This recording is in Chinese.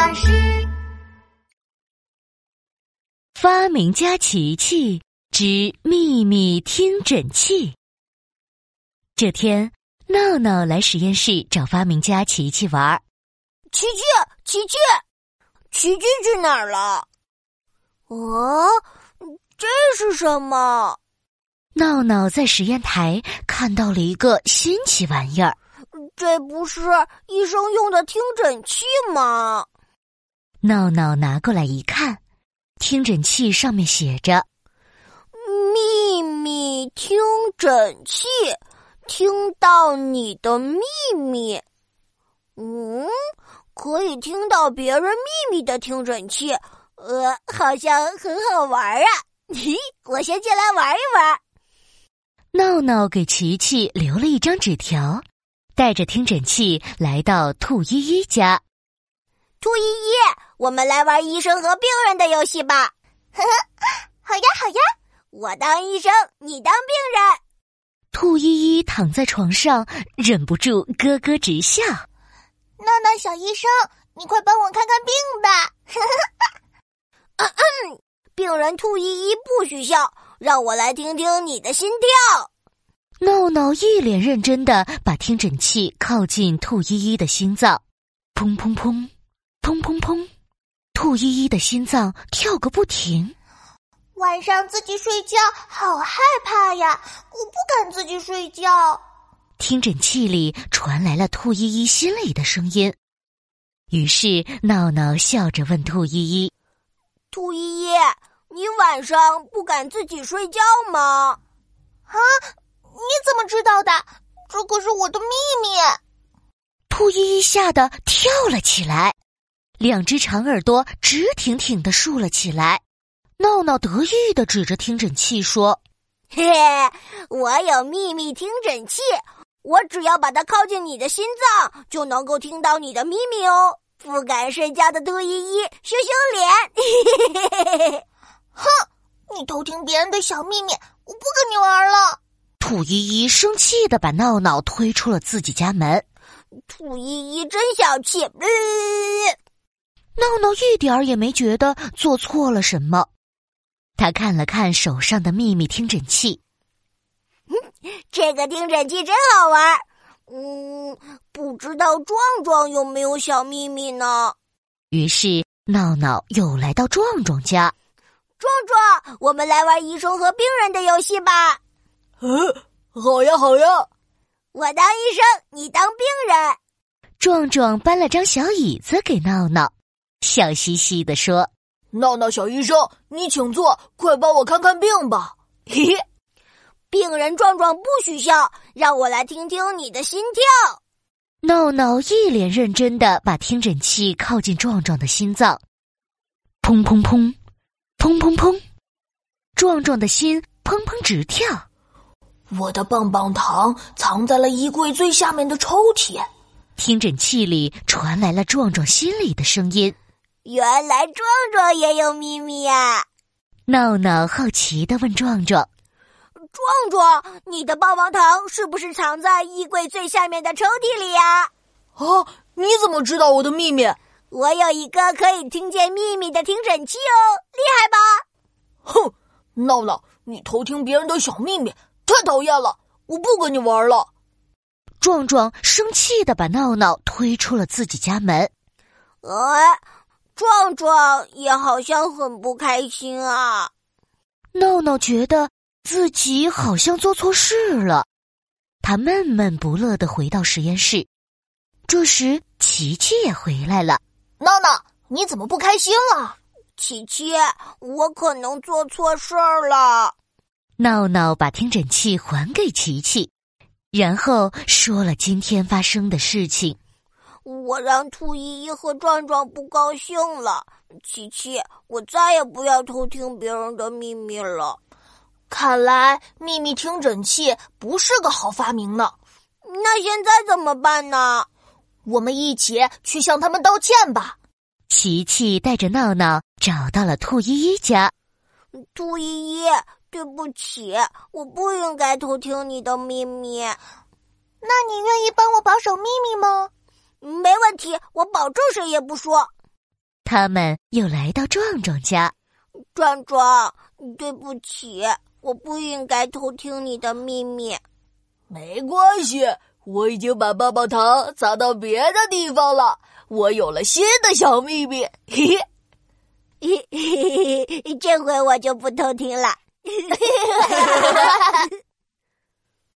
巴士。 发明家琪琪之秘密听诊器。这天，闹闹来实验室找发明家琪琪玩。 琪琪去哪儿了？这是什么？ 闹闹在实验台看到了一个新奇玩意儿。 这不是医生用的听诊器吗？ 闹闹拿过来一看，听诊器上面写着秘密听诊器，听到你的秘密。可以听到别人秘密的听诊器，好像很好玩啊！我先进来玩一玩。 闹闹给琪琪留了一张纸条，带着听诊器来到兔依依家。 兔依依，我们来玩医生和病人的游戏吧。好呀好呀，我当医生，你当病人。 兔依依躺在床上，忍不住咯咯直笑。 闹闹小医生，你快帮我看看病吧。 病人兔依依不许笑，让我来听听你的心跳。 闹闹一脸认真地把听诊器靠近兔依依的心脏，砰砰砰，砰砰砰，兔依依的心脏跳个不停。 晚上自己睡觉好害怕呀，我不敢自己睡觉。 听诊器里传来了兔依依心里的声音，于是闹闹笑着问兔依依： 兔依依，你晚上不敢自己睡觉吗？ 你怎么知道的？这可是我的秘密。 兔依依吓得跳了起来，两只长耳朵直挺挺地竖了起来。闹闹得意地指着听诊器说： 嘿嘿，我有秘密听诊器，我只要把它靠近你的心脏，就能够听到你的秘密哦。不敢睡觉的兔依依，羞羞脸。 哼，你偷听别人的小秘密，我不跟你玩了。 兔依依生气地把闹闹推出了自己家门。 兔依依真小气。 闹闹一点儿也没觉得做错了什么。他看了看手上的秘密听诊器， 这个听诊器真好玩。不知道壮壮有没有小秘密呢？ 于是闹闹又来到壮壮家。 壮壮，我们来玩医生和病人的游戏吧。 好呀好呀。 我当医生，你当病人。 壮壮搬了张小椅子给闹闹，笑嘻嘻地说： 闹闹小医生，你请坐，快帮我看看病吧。嘿嘿， 病人壮壮不许笑，让我来听听你的心跳。 闹闹一脸认真地把听诊器靠近壮壮的心脏，砰砰砰，砰砰砰，壮壮的心砰砰直跳。 我的棒棒糖藏在了衣柜最下面的抽屉。 听诊器里传来了壮壮心里的声音： 原来壮壮也有秘密呀！ 闹闹好奇地问壮壮： 壮壮，你的棒棒糖是不是藏在衣柜最下面的抽屉里呀？ 你怎么知道我的秘密？ 我有一个可以听见秘密的听诊器哦，厉害吧？ 哼，闹闹，你偷听别人的小秘密，太讨厌了，我不跟你玩了。 壮壮生气地把闹闹推出了自己家门。 壮壮也好像很不开心啊。 闹闹觉得自己好像做错事了，他闷闷不乐地回到实验室。这时琪琪也回来了。 闹闹，你怎么不开心了？ 琪琪，我可能做错事儿了。 闹闹把听诊器还给琪琪，然后说了今天发生的事情。 我让兔依依和壮壮不高兴了。琪琪，我再也不要偷听别人的秘密了。 看来秘密听诊器不是个好发明呢。 那现在怎么办呢？ 我们一起去向他们道歉吧。 琪琪带着闹闹找到了兔依依家。 兔依依，对不起，我不应该偷听你的秘密。 那你愿意帮我保守秘密吗？ 没问题，我保证谁也不说。 他们又来到壮壮家。 壮壮，对不起，我不应该偷听你的秘密。 没关系，我已经把棒棒糖藏到别的地方了。我有了新的小秘密，嘿嘿。 这回我就不偷听了。